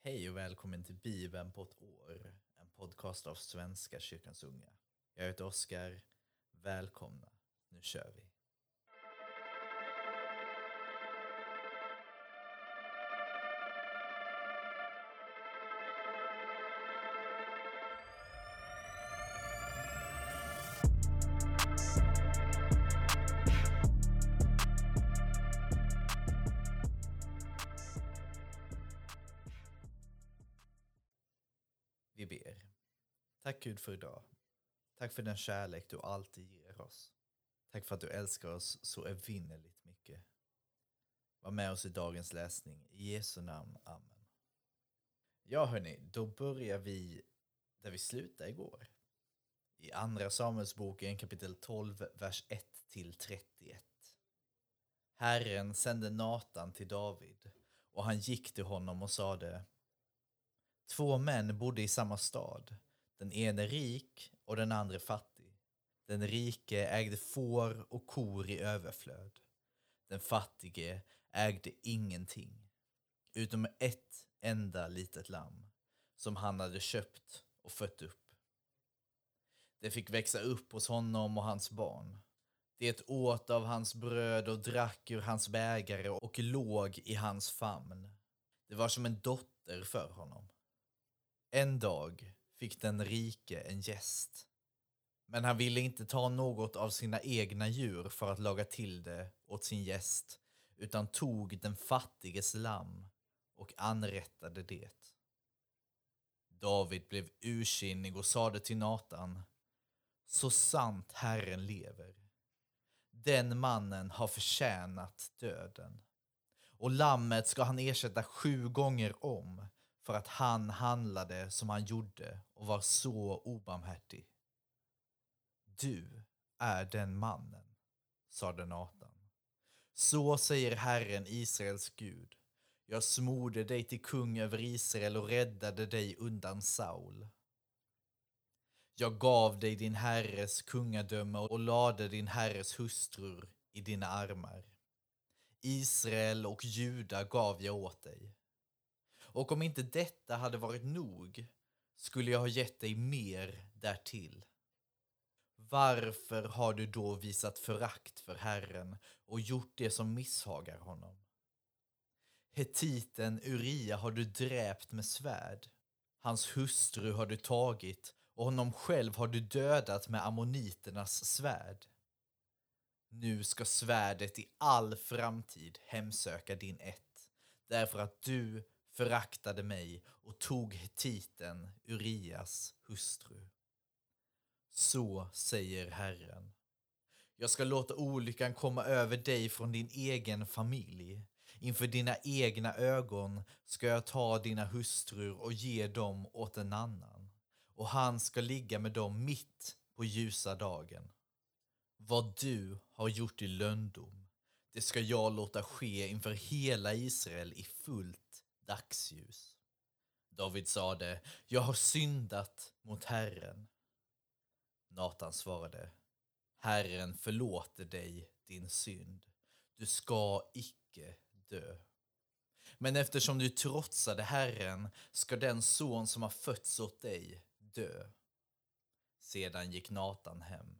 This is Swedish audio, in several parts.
Hej och välkommen till Bibeln på ett år, en podcast av Svenska kyrkans unga. Jag heter Oskar, välkomna, nu kör vi. Vi ber. Tack Gud för idag. Tack för den kärlek du alltid ger oss. Tack för att du älskar oss så evinnerligt mycket. Var med oss i dagens läsning. I Jesu namn, amen. Ja hörni, då börjar vi där vi slutade igår. I andra Samuelsboken kapitel 12, vers 1-31. Herren sände Natan till David och han gick till honom och sade: 2 män bodde i samma stad. Den ene rik och den andra fattig. Den rike ägde får och kor i överflöd. Den fattige ägde ingenting, utom ett enda litet lamm som han hade köpt och fött upp. Det fick växa upp hos honom och hans barn. Det åt av hans bröd och drack ur hans bägare och låg i hans famn. Det var som en dotter för honom. En dag fick den rike en gäst. Men han ville inte ta något av sina egna djur för att laga till det åt sin gäst, utan tog den fattiges lamm och anrättade det. David blev ursinnig och sade till Natan: så sant Herren lever. Den mannen har förtjänat döden. Och lammet ska han ersätta 7 gånger om för att han handlade som han gjorde och var så obarmhärtig. Du är den mannen, sade Natan. Så säger Herren Israels Gud. Jag smorde dig till kung över Israel och räddade dig undan Saul. Jag gav dig din herres kungadöme och lade din herres hustrur i dina armar. Israel och Juda gav jag åt dig. Och om inte detta hade varit nog skulle jag ha gett dig mer därtill. Varför har du då visat förakt för Herren och gjort det som misshagar honom? Hetiten Uria har du dräpt med svärd. Hans hustru har du tagit och honom själv har du dödat med ammoniternas svärd. Nu ska svärdet i all framtid hemsöka din ett, därför att du föraktade mig och tog hetiten Urias hustru. Så säger Herren. Jag ska låta olyckan komma över dig från din egen familj. Inför dina egna ögon ska jag ta dina hustrur och ge dem åt en annan. Och han ska ligga med dem mitt på ljusa dagen. Vad du har gjort i löndom, det ska jag låta ske inför hela Israel i fullt dagsljus. David sade: jag har syndat mot Herren. Natan svarade: Herren förlåter dig din synd. Du ska icke dö. Men eftersom du trotsade Herren ska den son som har fötts åt dig dö. Sedan gick Natan hem.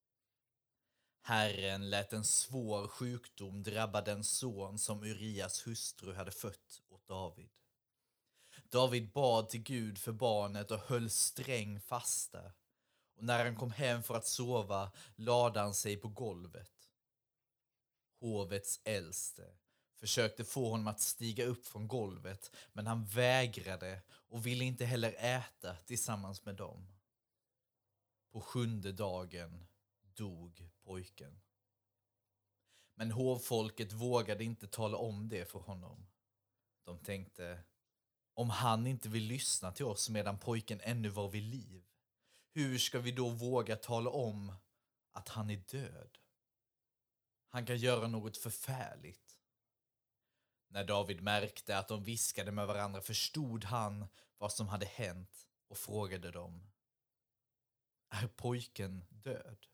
Herren lät en svår sjukdom drabba den son som Urias hustru hade fött åt David. David bad till Gud för barnet och höll sträng fasta. Och när han kom hem för att sova lade han sig på golvet. Hovets äldste försökte få honom att stiga upp från golvet, men han vägrade och ville inte heller äta tillsammans med dem. På 7:e dagen dog pojken. Men hovfolket vågade inte tala om det för honom. De tänkte: om han inte vill lyssna till oss medan pojken ännu var vid liv, hur ska vi då våga tala om att han är död? Han kan göra något förfärligt. När David märkte att de viskade med varandra förstod han vad som hade hänt och frågade dem: är pojken död?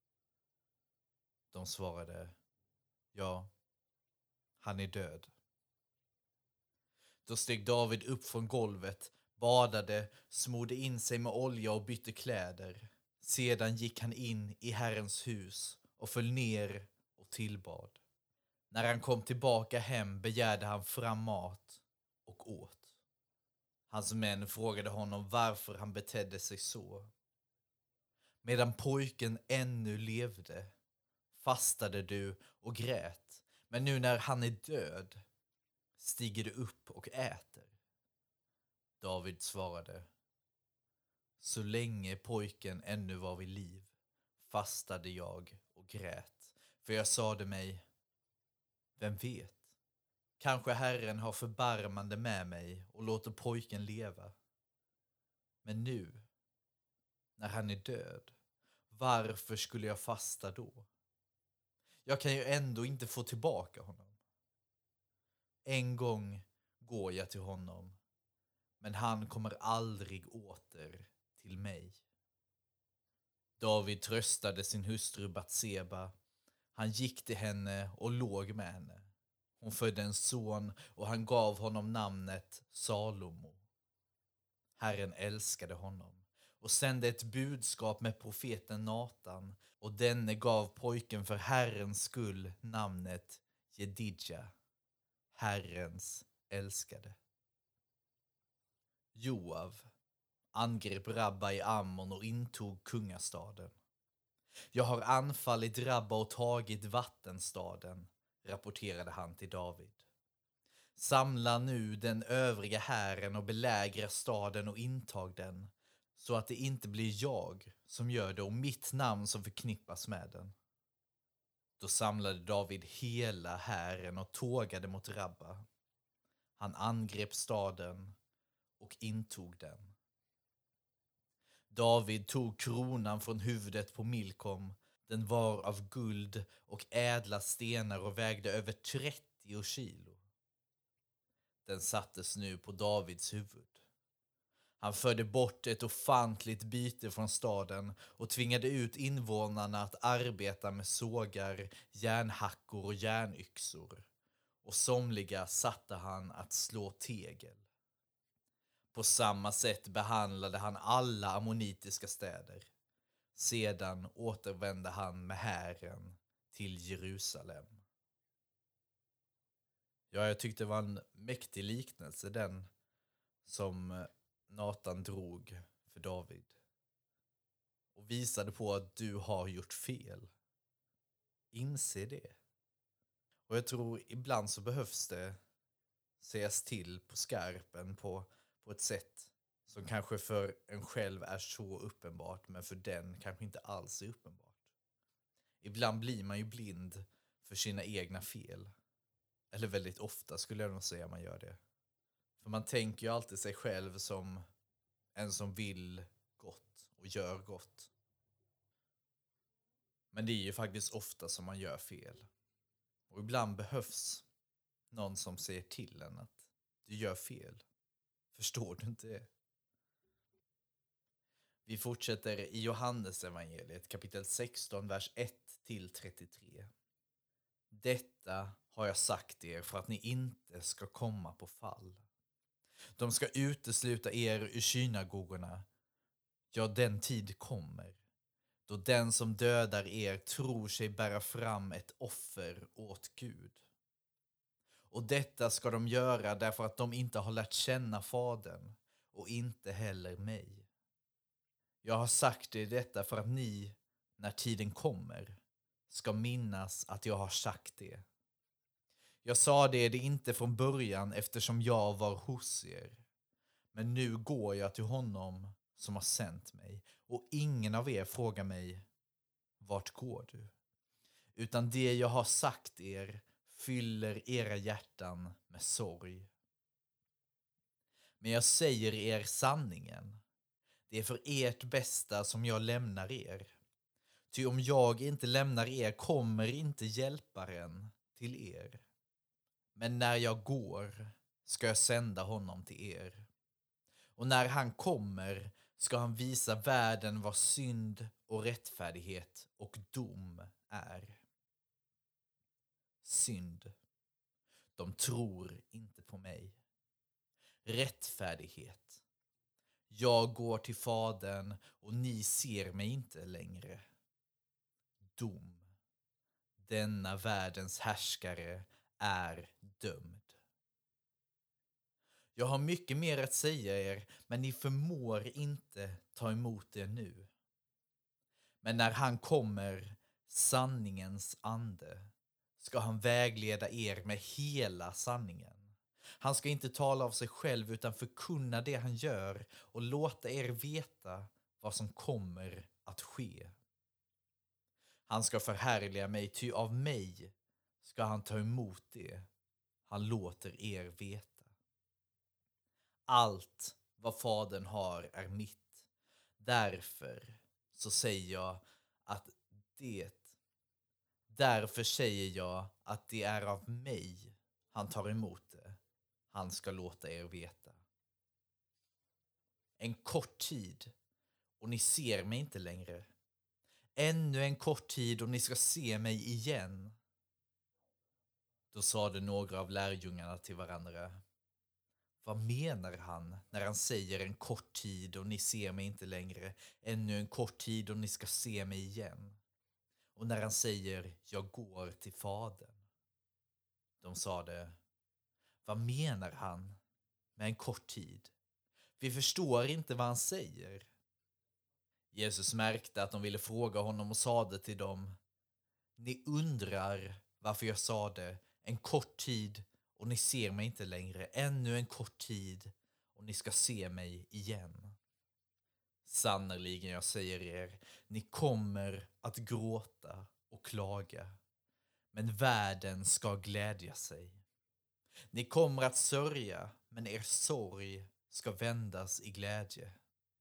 De svarade: ja, han är död. Då steg David upp från golvet, badade, smorde in sig med olja och bytte kläder. Sedan gick han in i Herrens hus och föll ner och tillbad. När han kom tillbaka hem begärde han fram mat och åt. Hans män frågade honom varför han betedde sig så. Medan pojken ännu levde fastade du och grät, men nu när han är död stiger du upp och äter. David svarade: så länge pojken ännu var vid liv fastade jag och grät, för jag sade mig, vem vet, kanske Herren har förbarmande med mig och låter pojken leva. Men nu, när han är död, varför skulle jag fasta då? Jag kan ju ändå inte få tillbaka honom. En gång går jag till honom, men han kommer aldrig åter till mig. David tröstade sin hustru Batseba. Han gick till henne och låg med henne. Hon födde en son och han gav honom namnet Salomo. Herren älskade honom och sände ett budskap med profeten Natan, och denne gav pojken för Herrens skull namnet Jedidja, Herrens älskade. Joav angrep Rabba i Ammon och intog kungastaden. Jag har anfallit Rabba och tagit vattenstaden, rapporterade han till David. Samla nu den övriga hären och belägra staden och intag den, så att det inte blir jag som gör det och mitt namn som förknippas med den. Då samlade David hela hären och tågade mot Rabba. Han angrep staden och intog den. David tog kronan från huvudet på Milkom. Den var av guld och ädla stenar och vägde över 30 kilo. Den sattes nu på Davids huvud. Han förde bort ett ofantligt byte från staden och tvingade ut invånarna att arbeta med sågar, järnhackor och järnyxor. Och somliga satte han att slå tegel. På samma sätt behandlade han alla ammonitiska städer. Sedan återvände han med hären till Jerusalem. Ja, jag tyckte det var en mäktig liknelse, den som Natan drog för David. Och visade på att du har gjort fel. Inse det. Och jag tror ibland så behövs det sägas till på skarpen på ett sätt som kanske för en själv är så uppenbart, men för den kanske inte alls är uppenbart. Ibland blir man ju blind för sina egna fel. Eller väldigt ofta skulle jag nog säga man gör det. För man tänker ju alltid sig själv som en som vill gott och gör gott. Men det är ju faktiskt ofta som man gör fel. Och ibland behövs någon som säger till en att du gör fel. Förstår du inte det? Vi fortsätter i Johannes evangeliet kapitel 16, vers 1-33. Detta har jag sagt er för att ni inte ska komma på fall. De ska utesluta er ur synagogorna. Ja, den tid kommer då den som dödar er tror sig bära fram ett offer åt Gud. Och detta ska de göra därför att de inte har lärt känna Fadern och inte heller mig. Jag har sagt er detta för att ni, när tiden kommer, ska minnas att jag har sagt det. Jag sa det inte från början eftersom jag var hos er. Men nu går jag till honom som har sänt mig, och ingen av er frågar mig, vart går du? Utan det jag har sagt er fyller era hjärtan med sorg. Men jag säger er sanningen. Det är för ert bästa som jag lämnar er. Ty om jag inte lämnar er kommer inte hjälparen till er. Men när jag går ska jag sända honom till er. Och när han kommer ska han visa världen vad synd och rättfärdighet och dom är. Synd. De tror inte på mig. rättfärdighet. Jag går till Fadern och ni ser mig inte längre. Dom. Denna världens härskare är dömd. Jag har mycket mer att säga er, men ni förmår inte ta emot det nu. Men när han kommer, sanningens ande, ska han vägleda er med hela sanningen. Han ska inte tala av sig själv utan förkunna det han gör och låta er veta vad som kommer att ske. Han ska förhärliga mig, ty av mig ska han ta emot det han låter er veta. Allt vad Fadern har är mitt. Därför så säger jag att Därför säger jag att det är av mig han tar emot det. Han ska låta er veta. En kort tid och ni ser mig inte längre. Ännu en kort tid och ni ska se mig igen. Då sade några av lärjungarna till varandra: vad menar han när han säger en kort tid och ni ser mig inte längre, ännu en kort tid och ni ska se mig igen? Och när han säger jag går till Fadern. De sade: vad menar han med en kort tid? Vi förstår inte vad han säger. Jesus märkte att de ville fråga honom och sade till dem: ni undrar varför jag sade en kort tid och ni ser mig inte längre, ännu en kort tid och ni ska se mig igen. Sannerligen jag säger er, ni kommer att gråta och klaga, men världen ska glädja sig. Ni kommer att sörja, men er sorg ska vändas i glädje.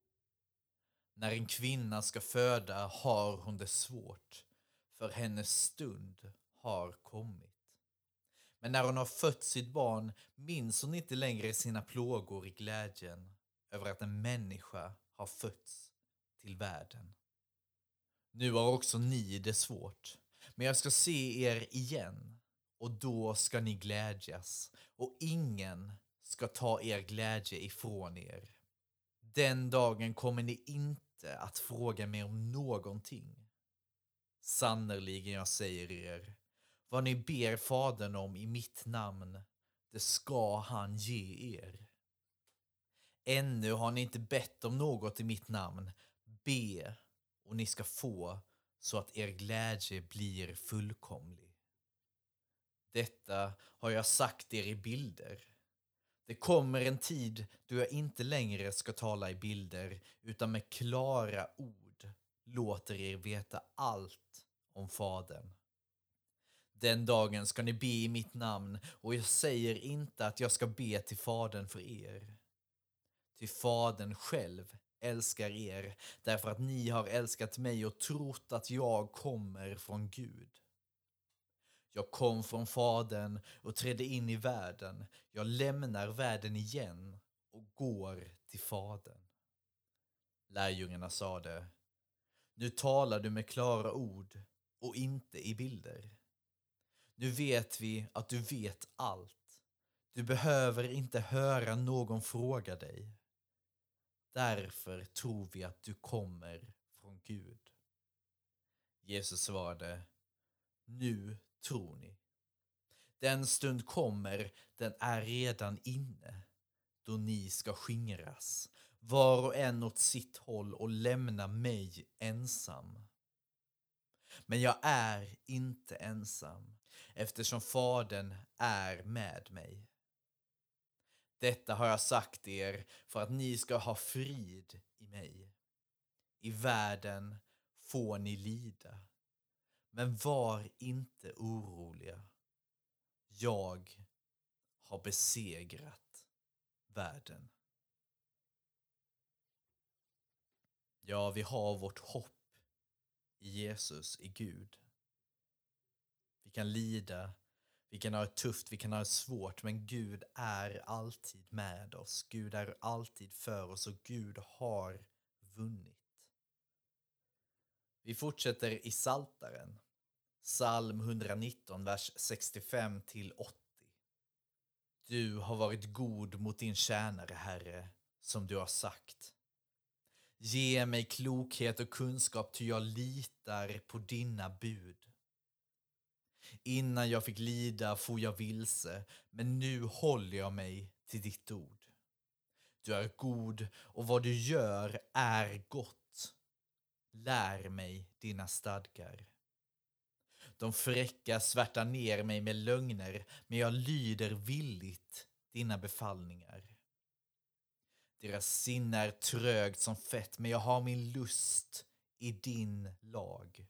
När en kvinna ska föda har hon det svårt, för hennes stund har kommit. Men när hon har fött sitt barn minns hon inte längre sina plågor i glädjen över att en människa har fötts till världen. Nu har också ni det svårt, men jag ska se er igen och då ska ni glädjas och ingen ska ta er glädje ifrån er. Den dagen kommer ni inte att fråga mig om någonting. Sannerligen jag säger er, vad ni ber Fadern om i mitt namn, det ska han ge er. Ännu har ni inte bett om något i mitt namn. Be och ni ska få, så att er glädje blir fullkomlig. Detta har jag sagt er i bilder. Det kommer en tid då jag inte längre ska tala i bilder, utan med klara ord låter er veta allt om Fadern. Den dagen ska ni be i mitt namn, och jag säger inte att jag ska be till Fadern för er. Ty Fadern själv älskar er, därför att ni har älskat mig och trott att jag kommer från Gud. Jag kom från Fadern och trädde in i världen. Jag lämnar världen igen och går till Fadern. Lärjungarna sade: nu talar du med klara ord och inte i bilder. Nu vet vi att du vet allt. Du behöver inte höra någon fråga dig. Därför tror vi att du kommer från Gud. Jesus svarade: nu tror ni. Den stund kommer, den är redan inne, då ni ska skingras, var och en åt sitt håll, och lämna mig ensam. Men jag är inte ensam, eftersom Fadern är med mig. Detta har jag sagt er för att ni ska ha frid i mig. I världen får ni lida, men var inte oroliga. Jag har besegrat världen. Ja, vi har vårt hopp i Jesus, i Gud. Vi kan lida, vi kan ha det tufft, vi kan ha det svårt, men Gud är alltid med oss. Gud är alltid för oss och Gud har vunnit. Vi fortsätter i Psaltaren. Psalm 119, vers 65-80. Du har varit god mot din tjänare, Herre, som du har sagt. Ge mig klokhet och kunskap, ty jag litar på dina bud. Innan jag fick lida for jag vilse, men nu håller jag mig till ditt ord. Du är god och vad du gör är gott. Lär mig dina stadgar. De fräcka svärtar ner mig med lögner, men jag lyder villigt dina befallningar. Deras sinne är trögt som fett, men jag har min lust i din lag.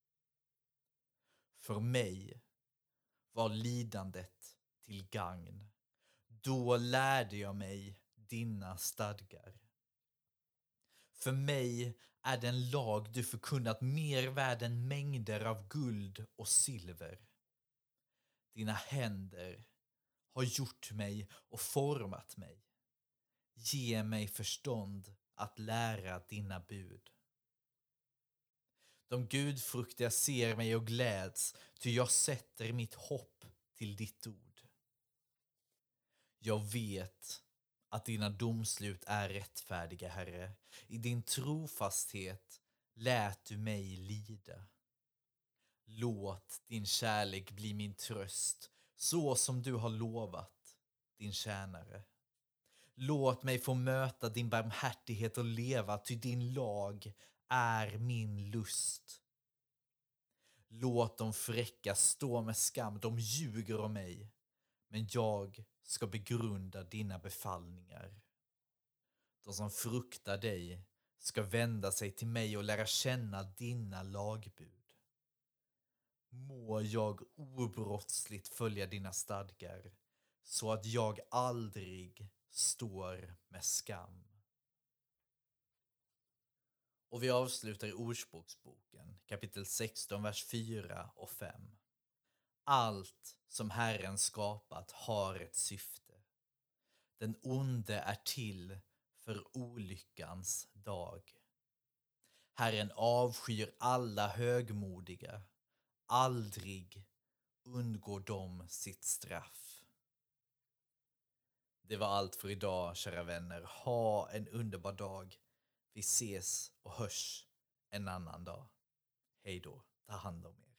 För mig var lidandet till gagn. Då lärde jag mig dina stadgar. För mig är den lag du förkunnat mer värd än mängder av guld och silver. Dina händer har gjort mig och format mig. Ge mig förstånd att lära dina bud. De gudfruktiga ser mig och gläds, ty jag sätter mitt hopp till ditt ord. Jag vet att dina domslut är rättfärdiga, Herre. I din trofasthet lät du mig lida. Låt din kärlek bli min tröst, så som du har lovat din tjänare. Låt mig få möta din barmhärtighet och leva, ty din lag är min lust. Låt de fräcka stå med skam, de ljuger om mig, men jag ska begrunda dina befallningar. De som fruktar dig ska vända sig till mig och lära känna dina lagbud. Må jag obrottsligt följa dina stadgar, så att jag aldrig står med skam. Och vi avslutar i Ordspråksboken, kapitel 16, vers 4 och 5. Allt som Herren skapat har ett syfte. Den onde är till för olyckans dag. Herren avskyr alla högmodiga. Aldrig undgår de sitt straff. Det var allt för idag, kära vänner. Ha en underbar dag. Vi ses och hörs en annan dag. Hej då. Ta hand om er.